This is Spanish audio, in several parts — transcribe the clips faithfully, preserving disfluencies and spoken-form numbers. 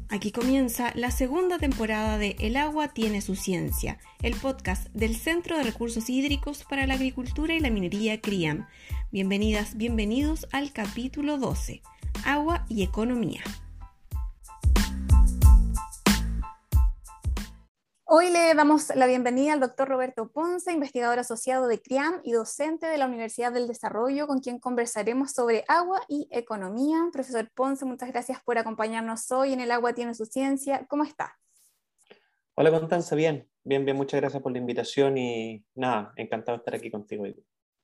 Aquí comienza la segunda temporada de El agua tiene su ciencia, el podcast del Centro de Recursos Hídricos para la Agricultura y la Minería CRIAM. Bienvenidas, bienvenidos al capítulo doce, Agua y Economía. Hoy le damos la bienvenida al doctor Roberto Ponce, investigador asociado de CRIAM y docente de la Universidad del Desarrollo, con quien conversaremos sobre agua y economía. Profesor Ponce, muchas gracias por acompañarnos hoy en El agua tiene su ciencia. ¿Cómo está? Hola Constanza, bien, bien, bien, muchas gracias por la invitación y nada, encantado de estar aquí contigo hoy.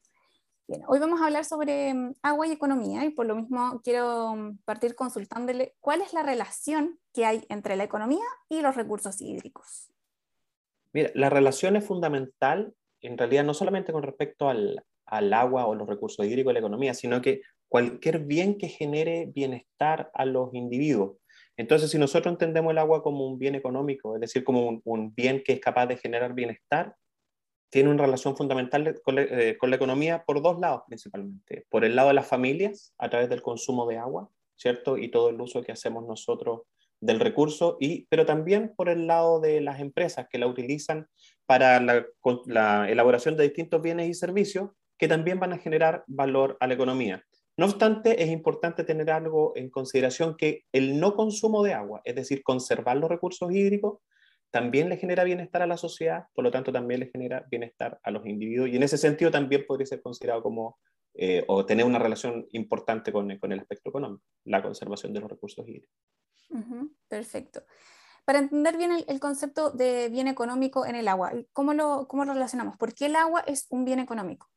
Bien, hoy vamos a hablar sobre um, agua y economía y por lo mismo quiero um, partir consultándole cuál es la relación que hay entre la economía y los recursos hídricos. Mira, la relación es fundamental, en realidad no solamente con respecto al, al agua o los recursos hídricos de la economía, sino que cualquier bien que genere bienestar a los individuos. Entonces, si nosotros entendemos el agua como un bien económico, es decir, como un, un bien que es capaz de generar bienestar, tiene una relación fundamental con la, eh, con la economía por dos lados principalmente. Por el lado de las familias, a través del consumo de agua, ¿cierto? Y todo el uso que hacemos nosotros del recurso, y, pero también por el lado de las empresas que la utilizan para la, la elaboración de distintos bienes y servicios que también van a generar valor a la economía. No obstante, es importante tener algo en consideración, que el no consumo de agua, es decir, conservar los recursos hídricos, también le genera bienestar a la sociedad, por lo tanto también le genera bienestar a los individuos, y en ese sentido también podría ser considerado como, eh, o tener una relación importante con, con el aspecto económico, la conservación de los recursos hídricos. Uh-huh, perfecto. Para entender bien el, el concepto de bien económico en el agua, ¿cómo lo, cómo lo relacionamos? ¿Por qué el agua es un bien económico?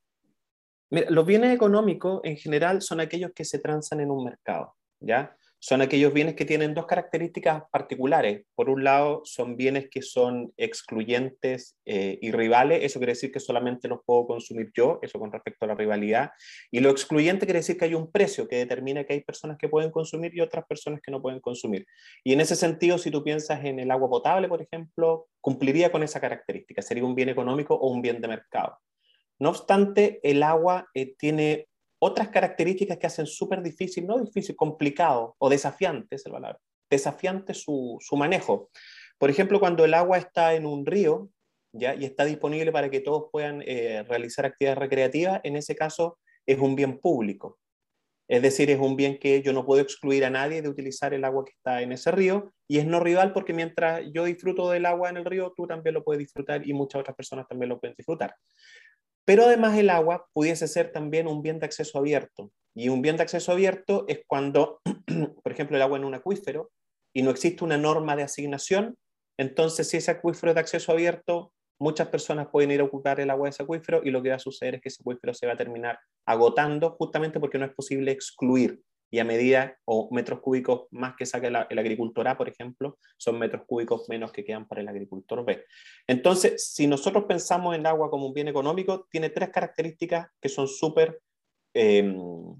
Mira, los bienes económicos en general son aquellos que se transan en un mercado, ¿ya? Son aquellos bienes que tienen dos características particulares. Por un lado, son bienes que son excluyentes eh, y rivales. Eso quiere decir que solamente los puedo consumir yo, eso con respecto a la rivalidad. Y lo excluyente quiere decir que hay un precio que determina que hay personas que pueden consumir y otras personas que no pueden consumir. Y en ese sentido, si tú piensas en el agua potable, por ejemplo, cumpliría con esa característica. Sería un bien económico o un bien de mercado. No obstante, el agua eh, tiene otras características que hacen súper difícil, no difícil, complicado o desafiante, es el valor, desafiante su, su manejo. Por ejemplo, cuando el agua está en un río, ¿ya? Y está disponible para que todos puedan eh, realizar actividades recreativas, en ese caso es un bien público. Es decir, es un bien que yo no puedo excluir a nadie de utilizar el agua que está en ese río, y es no rival porque mientras yo disfruto del agua en el río, tú también lo puedes disfrutar y muchas otras personas también lo pueden disfrutar. Pero además el agua pudiese ser también un bien de acceso abierto. Y un bien de acceso abierto es cuando, por ejemplo, el agua en un acuífero y no existe una norma de asignación. Entonces, si ese acuífero es de acceso abierto, muchas personas pueden ir a ocupar el agua de ese acuífero, y lo que va a suceder es que ese acuífero se va a terminar agotando, justamente porque no es posible excluir. Y a medida, o metros cúbicos más que saque la, el agricultor A, por ejemplo, son metros cúbicos menos que quedan para el agricultor B. Entonces, si nosotros pensamos en el agua como un bien económico, tiene tres características que son súper eh,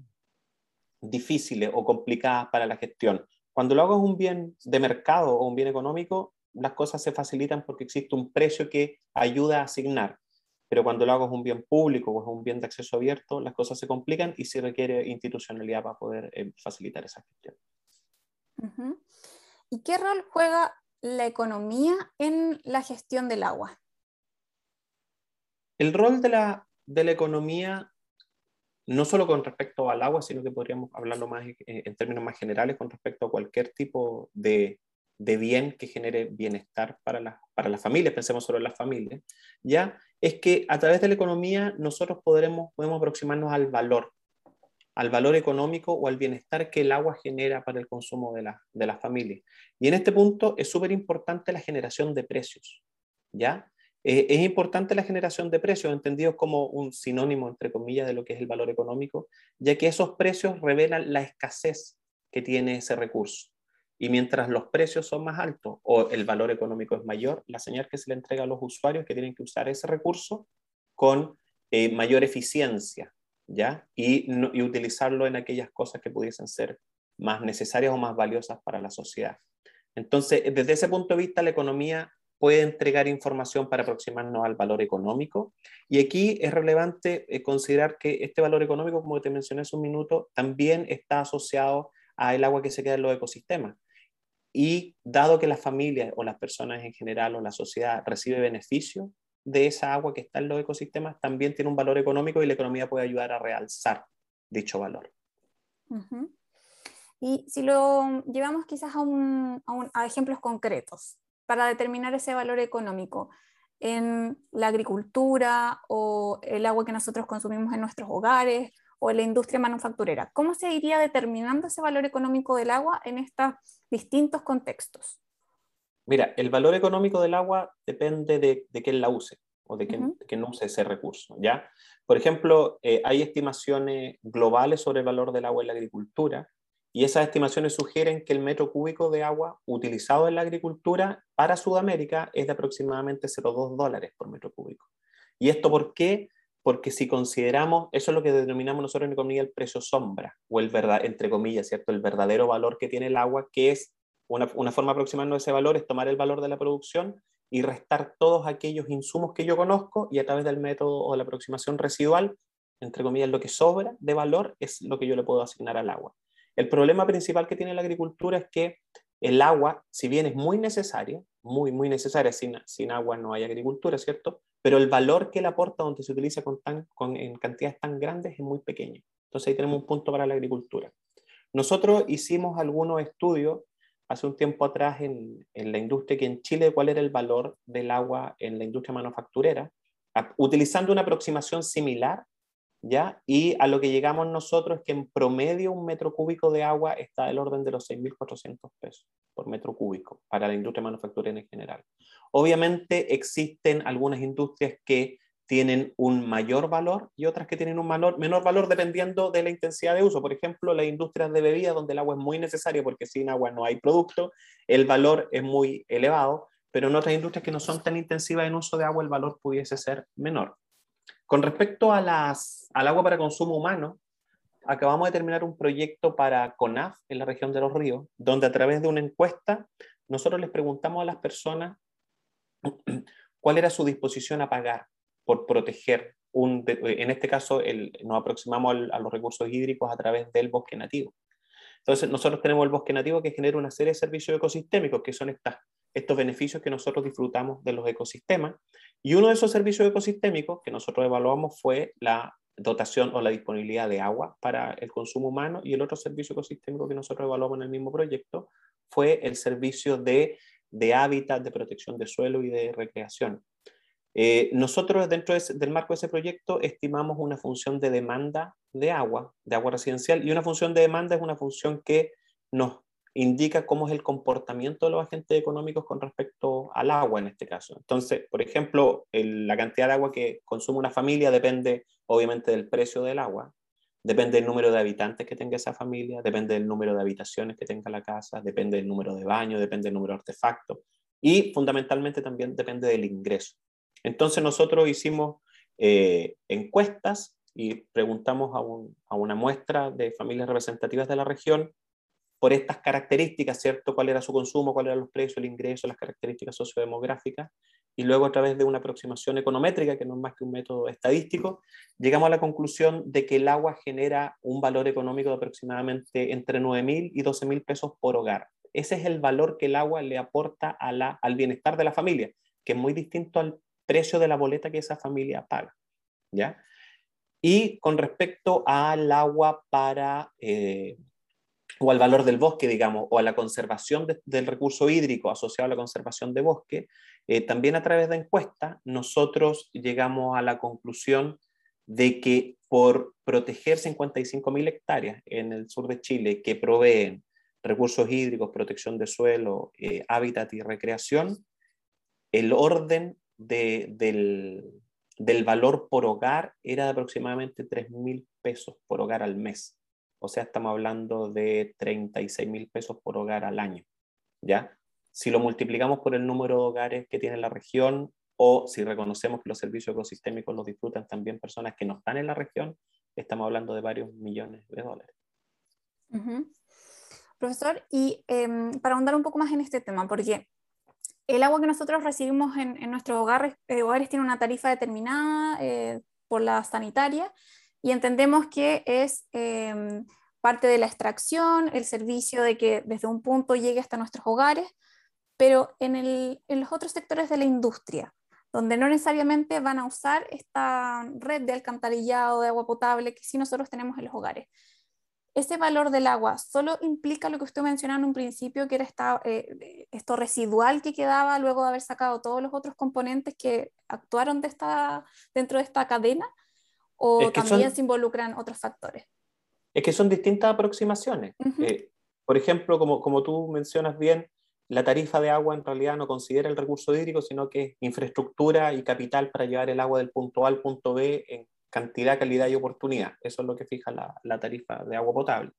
difíciles o complicadas para la gestión. Cuando el agua es un bien de mercado o un bien económico, las cosas se facilitan porque existe un precio que ayuda a asignar. Pero cuando el agua es un bien público o es un bien de acceso abierto, las cosas se complican y se requiere institucionalidad para poder eh, facilitar esa gestión. Uh-huh. ¿Y qué rol juega la economía en la gestión del agua? El rol de la, de la economía, no solo con respecto al agua, sino que podríamos hablarlo más en, en términos más generales con respecto a cualquier tipo de, de bien que genere bienestar para la, para las familias, pensemos solo en las familias, ya es que a través de la economía nosotros podremos, podemos aproximarnos al valor, al valor económico o al bienestar que el agua genera para el consumo de la, de las familias. Y en este punto es súper importante la generación de precios, ¿ya? Eh, es importante la generación de precios, entendidos como un sinónimo, entre comillas, de lo que es el valor económico, ya que esos precios revelan la escasez que tiene ese recurso. Y mientras los precios son más altos o el valor económico es mayor, la señal que se le entrega a los usuarios que tienen que usar ese recurso con eh, mayor eficiencia, ¿ya? Y, no, y utilizarlo en aquellas cosas que pudiesen ser más necesarias o más valiosas para la sociedad. Entonces, desde ese punto de vista, la economía puede entregar información para aproximarnos al valor económico. Y aquí es relevante eh, considerar que este valor económico, como te mencioné hace un minuto, también está asociado al agua que se queda en los ecosistemas. y dado que las familias o las personas en general o la sociedad recibe beneficio de esa agua que está en los ecosistemas, también tiene un valor económico y la economía puede ayudar a realzar dicho valor. Uh-huh. Y si lo llevamos quizás a, un, a, un, a ejemplos concretos para determinar ese valor económico en la agricultura o el agua que nosotros consumimos en nuestros hogares o en la industria manufacturera, ¿cómo se iría determinando ese valor económico del agua en estos distintos contextos? Mira, el valor económico del agua depende de, de quién la use o de quién, Uh-huh. de quién use ese recurso, ¿ya? Por ejemplo, eh, hay estimaciones globales sobre el valor del agua en la agricultura y esas estimaciones sugieren que el metro cúbico de agua utilizado en la agricultura para Sudamérica es de aproximadamente cero coma dos dólares por metro cúbico. ¿Y esto por qué? Porque si consideramos, eso es lo que denominamos nosotros en economía el precio sombra, o el verdad, entre comillas, ¿cierto? El verdadero valor que tiene el agua, que es una, una forma de aproximarnos a ese valor, es tomar el valor de la producción y restar todos aquellos insumos que yo conozco y a través del método o la aproximación residual, entre comillas, lo que sobra de valor es lo que yo le puedo asignar al agua. El problema principal que tiene la agricultura es que el agua, si bien es muy necesaria, muy, muy necesaria, sin, sin agua no hay agricultura, ¿cierto? Pero el valor que le aporta donde se utiliza con tan, con, en cantidades tan grandes es muy pequeño. Entonces ahí tenemos un punto para la agricultura. Nosotros hicimos algunos estudios hace un tiempo atrás en, en la industria, que en Chile cuál era el valor del agua en la industria manufacturera, a, utilizando una aproximación similar, ¿ya? Y a lo que llegamos nosotros es que en promedio un metro cúbico de agua está del orden de los seis mil cuatrocientos pesos por metro cúbico para la industria manufacturera en general. Obviamente existen algunas industrias que tienen un mayor valor y otras que tienen un menor, menor valor dependiendo de la intensidad de uso. Por ejemplo, las industrias de bebidas donde el agua es muy necesaria porque sin agua no hay producto, el valor es muy elevado, pero en otras industrias que no son tan intensivas en uso de agua el valor pudiese ser menor. Con respecto a las, al agua para consumo humano, acabamos de terminar un proyecto para CONAF en la región de Los Ríos, donde a través de una encuesta nosotros les preguntamos a las personas cuál era su disposición a pagar por proteger, un, en este caso el, nos aproximamos al, a los recursos hídricos a través del bosque nativo. Entonces nosotros tenemos el bosque nativo que genera una serie de servicios ecosistémicos, que son estas, estos beneficios que nosotros disfrutamos de los ecosistemas, y uno de esos servicios ecosistémicos que nosotros evaluamos fue la dotación o la disponibilidad de agua para el consumo humano, y el otro servicio ecosistémico que nosotros evaluamos en el mismo proyecto fue el servicio de, de hábitat, de protección de suelo y de recreación. Eh, nosotros dentro de ese, del marco de ese proyecto estimamos una función de demanda de agua, de agua residencial, y una función de demanda es una función que nos indica cómo es el comportamiento de los agentes económicos con respecto al agua en este caso. Entonces, por ejemplo, el, la cantidad de agua que consume una familia depende obviamente del precio del agua, depende del número de habitantes que tenga esa familia, depende del número de habitaciones que tenga la casa, depende del número de baños, depende del número de artefactos y fundamentalmente también depende del ingreso. Entonces nosotros hicimos eh, encuestas y preguntamos a, un, a una muestra de familias representativas de la región por estas características, ¿cierto? Cuál era su consumo, cuáles eran los precios, el ingreso, las características sociodemográficas, y luego a través de una aproximación econométrica, que no es más que un método estadístico, llegamos a la conclusión de que el agua genera un valor económico de aproximadamente entre nueve mil y doce mil pesos por hogar. Ese es el valor que el agua le aporta a la, al bienestar de la familia, que es muy distinto al precio de la boleta que esa familia paga, ¿ya? Y con respecto al agua para... Eh, o al valor del bosque, digamos, o a la conservación de, del recurso hídrico asociado a la conservación de bosque, eh, también a través de encuestas nosotros llegamos a la conclusión de que por proteger cincuenta y cinco mil hectáreas en el sur de Chile que proveen recursos hídricos, protección de suelo, eh, hábitat y recreación, el orden de, del, del valor por hogar era de aproximadamente tres mil pesos por hogar al mes. O sea, estamos hablando de treinta y seis mil pesos por hogar al año, ¿ya? Si lo multiplicamos por el número de hogares que tiene la región, o si reconocemos que los servicios ecosistémicos los disfrutan también personas que no están en la región, estamos hablando de varios millones de dólares. Uh-huh. Profesor, y eh, para ahondar un poco más en este tema, porque el agua que nosotros recibimos en, en nuestros hogares, eh, hogares tiene una tarifa determinada eh, por la sanitaria, y entendemos que es... Eh, parte de la extracción, el servicio de que desde un punto llegue hasta nuestros hogares, pero en, el, en los otros sectores de la industria, donde no necesariamente van a usar esta red de alcantarillado, de agua potable que sí nosotros tenemos en los hogares. Ese valor del agua solo implica lo que usted mencionaba en un principio, que era esta, eh, esto residual que quedaba luego de haber sacado todos los otros componentes que actuaron de esta, dentro de esta cadena, o Es que también son, se involucran otros factores. es que son distintas aproximaciones. Uh-huh. Eh, por ejemplo, como, como tú mencionas bien, la tarifa de agua en realidad no considera el recurso hídrico, sino que es infraestructura y capital para llevar el agua del punto A al punto B en cantidad, calidad y oportunidad. Eso es lo que fija la, la tarifa de agua potable.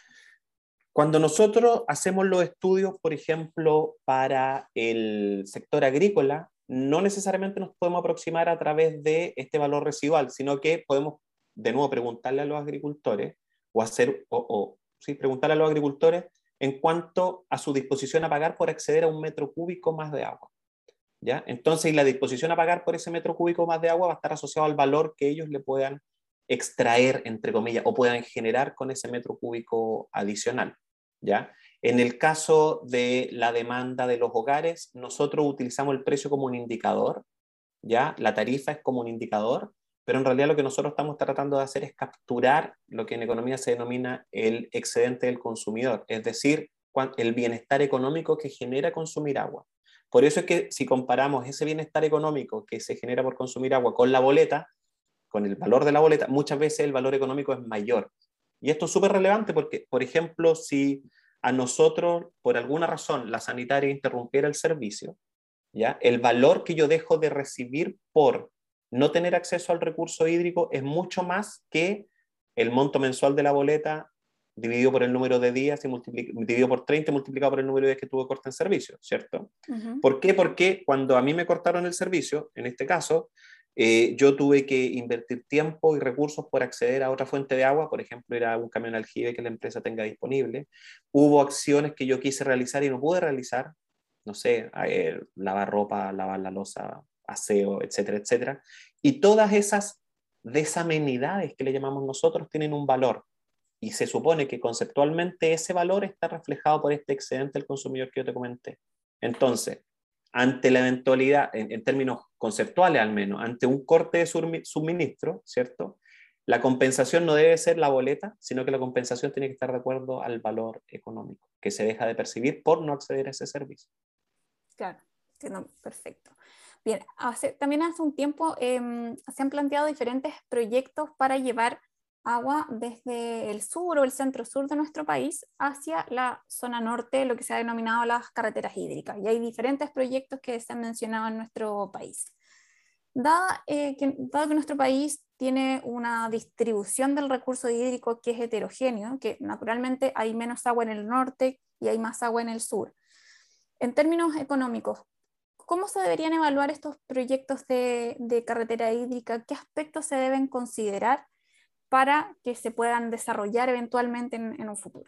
Cuando nosotros hacemos los estudios, por ejemplo, para el sector agrícola, no necesariamente nos podemos aproximar a través de este valor residual, sino que podemos, de nuevo, preguntarle a los agricultores o hacer, o, o sí, preguntarle a los agricultores en cuanto a su disposición a pagar por acceder a un metro cúbico más de agua. ¿Ya? Entonces, la disposición a pagar por ese metro cúbico más de agua va a estar asociado al valor que ellos le puedan extraer, entre comillas, o puedan generar con ese metro cúbico adicional. ¿Ya? En el caso de la demanda de los hogares, nosotros utilizamos el precio como un indicador, ¿ya? La tarifa es como un indicador, pero en realidad lo que nosotros estamos tratando de hacer es capturar lo que en economía se denomina el excedente del consumidor, es decir, el bienestar económico que genera consumir agua. Por eso es que si comparamos ese bienestar económico que se genera por consumir agua con la boleta, con el valor de la boleta, muchas veces el valor económico es mayor. Y esto es súper relevante porque, por ejemplo, si a nosotros, por alguna razón, la sanitaria interrumpiera el servicio, ¿ya? El valor que yo dejo de recibir por no tener acceso al recurso hídrico es mucho más que el monto mensual de la boleta dividido por el número de días y dividido por treinta multiplicado por el número de días que tuve corte en servicio, ¿cierto? Uh-huh. ¿Por qué? Porque cuando a mí me cortaron el servicio, en este caso, eh, yo tuve que invertir tiempo y recursos por acceder a otra fuente de agua, por ejemplo, ir a un camión aljibe que la empresa tenga disponible. Hubo acciones que yo quise realizar y no pude realizar, no sé, eh, lavar ropa, lavar la loza, aseo, etcétera, etcétera. Y todas esas desamenidades que le llamamos nosotros tienen un valor. Y se supone que conceptualmente ese valor está reflejado por este excedente del consumidor que yo te comenté. Entonces, ante la eventualidad, en, en términos conceptuales al menos, ante un corte de suministro, ¿cierto? La compensación no debe ser la boleta, sino que la compensación tiene que estar de acuerdo al valor económico que se deja de percibir por no acceder a ese servicio. Claro, entiendo, perfecto. Bien, hace, también hace un tiempo eh, se han planteado diferentes proyectos para llevar agua desde el sur o el centro sur de nuestro país hacia la zona norte, lo que se ha denominado las carreteras hídricas. Y hay diferentes proyectos que se han mencionado en nuestro país. Dado, eh, que, dado que nuestro país tiene una distribución del recurso hídrico que es heterogéneo, que naturalmente hay menos agua en el norte y hay más agua en el sur. En términos económicos, ¿cómo se deberían evaluar estos proyectos de, de carretera hídrica? ¿Qué aspectos se deben considerar para que se puedan desarrollar eventualmente en, en un futuro?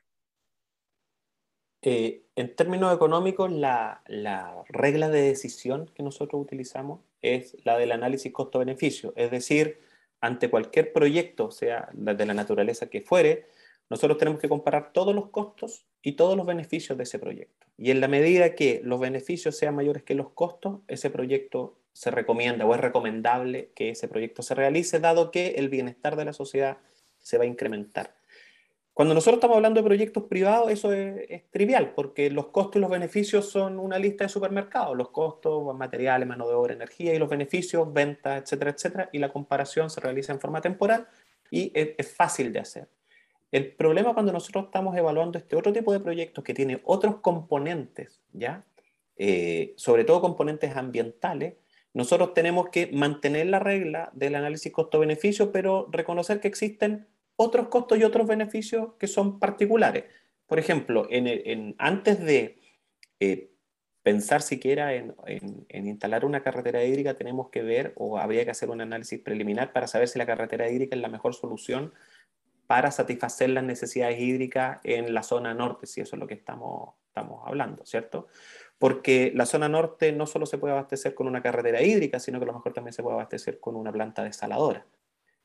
Eh, en términos económicos, la, la regla de decisión que nosotros utilizamos es la del análisis costo-beneficio. Es decir, ante cualquier proyecto, sea de la naturaleza que fuere, nosotros tenemos que comparar todos los costos y todos los beneficios de ese proyecto. Y en la medida que los beneficios sean mayores que los costos, ese proyecto se recomienda o es recomendable que ese proyecto se realice, dado que el bienestar de la sociedad se va a incrementar. Cuando nosotros estamos hablando de proyectos privados, eso es, es trivial, porque los costos y los beneficios son una lista de supermercados, los costos, materiales, mano de obra, energía, y los beneficios, ventas, etcétera, etcétera, y la comparación se realiza en forma temporal y es, es fácil de hacer. El problema cuando nosotros estamos evaluando este otro tipo de proyectos que tiene otros componentes, ¿ya? Eh, sobre todo componentes ambientales, nosotros tenemos que mantener la regla del análisis costo-beneficio, pero reconocer que existen otros costos y otros beneficios que son particulares. Por ejemplo, en, en, antes de eh, pensar siquiera en, en, en instalar una carretera hídrica, tenemos que ver o habría que hacer un análisis preliminar para saber si la carretera hídrica es la mejor solución para satisfacer las necesidades hídricas en la zona norte, si eso es lo que estamos, estamos hablando, ¿cierto? Porque la zona norte no solo se puede abastecer con una carretera hídrica, sino que a lo mejor también se puede abastecer con una planta desaladora.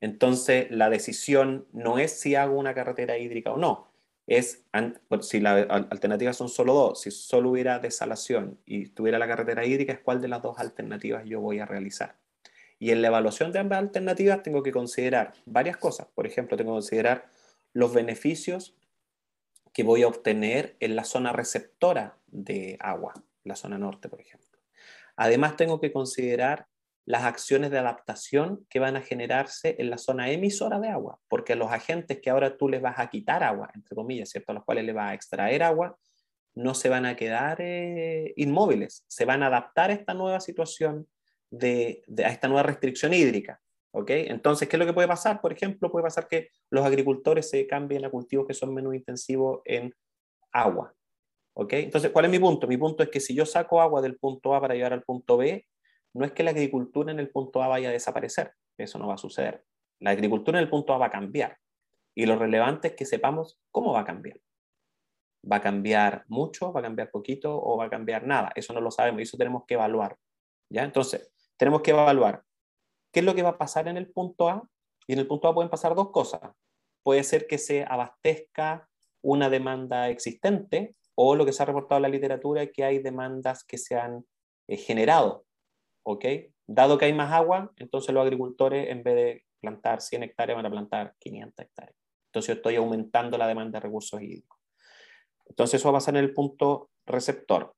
Entonces, la decisión no es si hago una carretera hídrica o no, es, si las alternativas son solo dos, si solo hubiera desalación y tuviera la carretera hídrica, es cuál de las dos alternativas yo voy a realizar. Y en la evaluación de ambas alternativas tengo que considerar varias cosas. Por ejemplo, tengo que considerar los beneficios que voy a obtener en la zona receptora de agua, la zona norte, por ejemplo. Además, tengo que considerar las acciones de adaptación que van a generarse en la zona emisora de agua, porque los agentes que ahora tú les vas a quitar agua, entre comillas, ¿cierto?, a los cuales les vas a extraer agua, no se van a quedar eh, inmóviles, se van a adaptar a esta nueva situación, de, de, a esta nueva restricción hídrica. ¿Okay? Entonces, ¿qué es lo que puede pasar? Por ejemplo, puede pasar que los agricultores se cambien a cultivos que son menos intensivos en agua. ¿Okay? Entonces, ¿cuál es mi punto? Mi punto es que si yo saco agua del punto A para llevar al punto B, no es que la agricultura en el punto A vaya a desaparecer, eso no va a suceder. La agricultura en el punto A va a cambiar. Y lo relevante es que sepamos cómo va a cambiar. ¿Va a cambiar mucho, va a cambiar poquito o va a cambiar nada? Eso no lo sabemos y eso tenemos que evaluar. ¿Ya? Entonces, tenemos que evaluar qué es lo que va a pasar en el punto A. Y en el punto A pueden pasar dos cosas. Puede ser que se abastezca una demanda existente, o lo que se ha reportado en la literatura es que hay demandas que se han eh, generado. ¿Ok? Dado que hay más agua, entonces los agricultores en vez de plantar cien hectáreas van a plantar quinientas hectáreas. Entonces yo estoy aumentando la demanda de recursos hídricos. Entonces eso va a pasar en el punto receptor.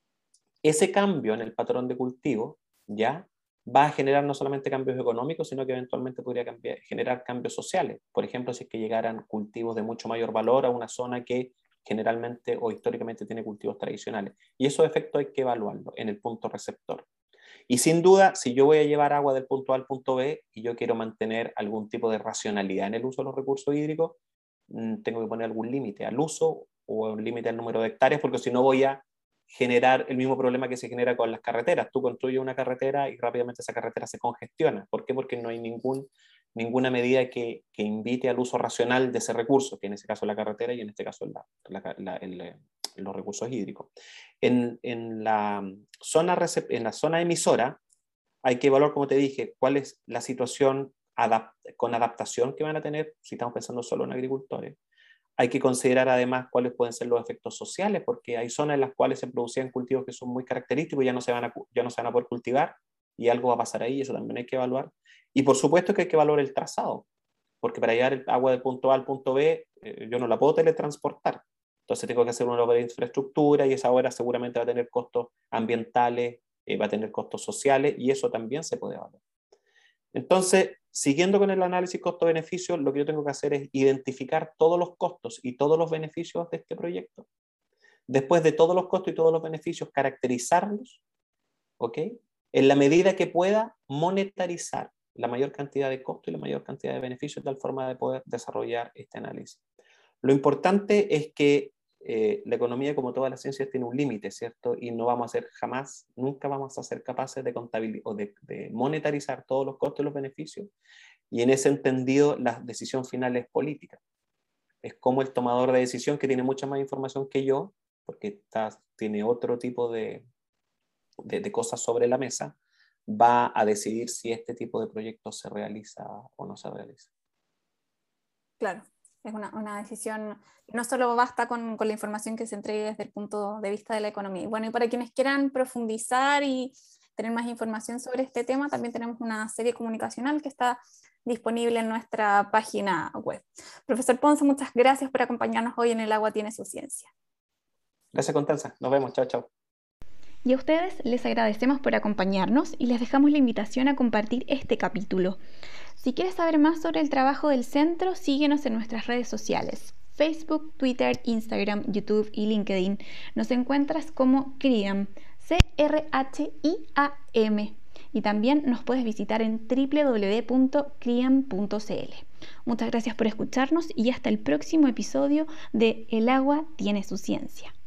Ese cambio en el patrón de cultivo ya va a generar no solamente cambios económicos, sino que eventualmente podría cambiar, generar cambios sociales. Por ejemplo, si es que llegaran cultivos de mucho mayor valor a una zona que generalmente o históricamente tiene cultivos tradicionales. Y esos efectos hay que evaluarlo en el punto receptor. Y sin duda, si yo voy a llevar agua del punto A al punto B y yo quiero mantener algún tipo de racionalidad en el uso de los recursos hídricos, tengo que poner algún límite al uso o un límite al número de hectáreas, porque si no voy a generar el mismo problema que se genera con las carreteras. Tú construyes una carretera y rápidamente esa carretera se congestiona. ¿Por qué? Porque no hay ningún, ninguna medida que, que invite al uso racional de ese recurso, que en este caso es la carretera y en este caso la, la, la, el, los recursos hídricos. En, en, la zona en la zona emisora hay que evaluar, como te dije, cuál es la situación adapt con adaptación que van a tener, si estamos pensando solo en agricultores. Hay que considerar además cuáles pueden ser los efectos sociales, porque hay zonas en las cuales se producían cultivos que son muy característicos y ya no se van a, ya no se van a poder cultivar, y algo va a pasar ahí, eso también hay que evaluar. Y por supuesto que hay que evaluar el trazado, porque para llevar el agua del punto A al punto B, eh, yo no la puedo teletransportar. Entonces tengo que hacer una obra de infraestructura y esa obra seguramente va a tener costos ambientales, eh, va a tener costos sociales, y eso también se puede evaluar. Entonces, siguiendo con el análisis costo-beneficio, lo que yo tengo que hacer es identificar todos los costos y todos los beneficios de este proyecto. Después de todos los costos y todos los beneficios, caracterizarlos, ¿ok? En la medida que pueda, monetarizar la mayor cantidad de costos y la mayor cantidad de beneficios, de tal forma de poder desarrollar este análisis. Lo importante es que eh, la economía, como todas las ciencias, tiene un límite, ¿cierto? Y no vamos a ser jamás, nunca vamos a ser capaces de contabilizar o de, de monetarizar todos los costos y los beneficios. Y en ese entendido, la decisión final es política. Es como el tomador de decisión, que tiene mucha más información que yo, porque está, tiene otro tipo de, de, de cosas sobre la mesa, va a decidir si este tipo de proyecto se realiza o no se realiza. Claro. Es una, una decisión, no solo basta con, con la información que se entregue desde el punto de vista de la economía. Bueno, y para quienes quieran profundizar y tener más información sobre este tema, también tenemos una serie comunicacional que está disponible en nuestra página web. Profesor Ponce, muchas gracias por acompañarnos hoy en El Agua Tiene Su Ciencia. Gracias, Constanza. Nos vemos. Chao, chao. Y a ustedes les agradecemos por acompañarnos y les dejamos la invitación a compartir este capítulo. Si quieres saber más sobre el trabajo del centro, síguenos en nuestras redes sociales: Facebook, Twitter, Instagram, YouTube y LinkedIn. Nos encuentras como CRIAM, C R H I A M. Y también nos puedes visitar en w w w punto criam punto c l. Muchas gracias por escucharnos y hasta el próximo episodio de El Agua Tiene Su Ciencia.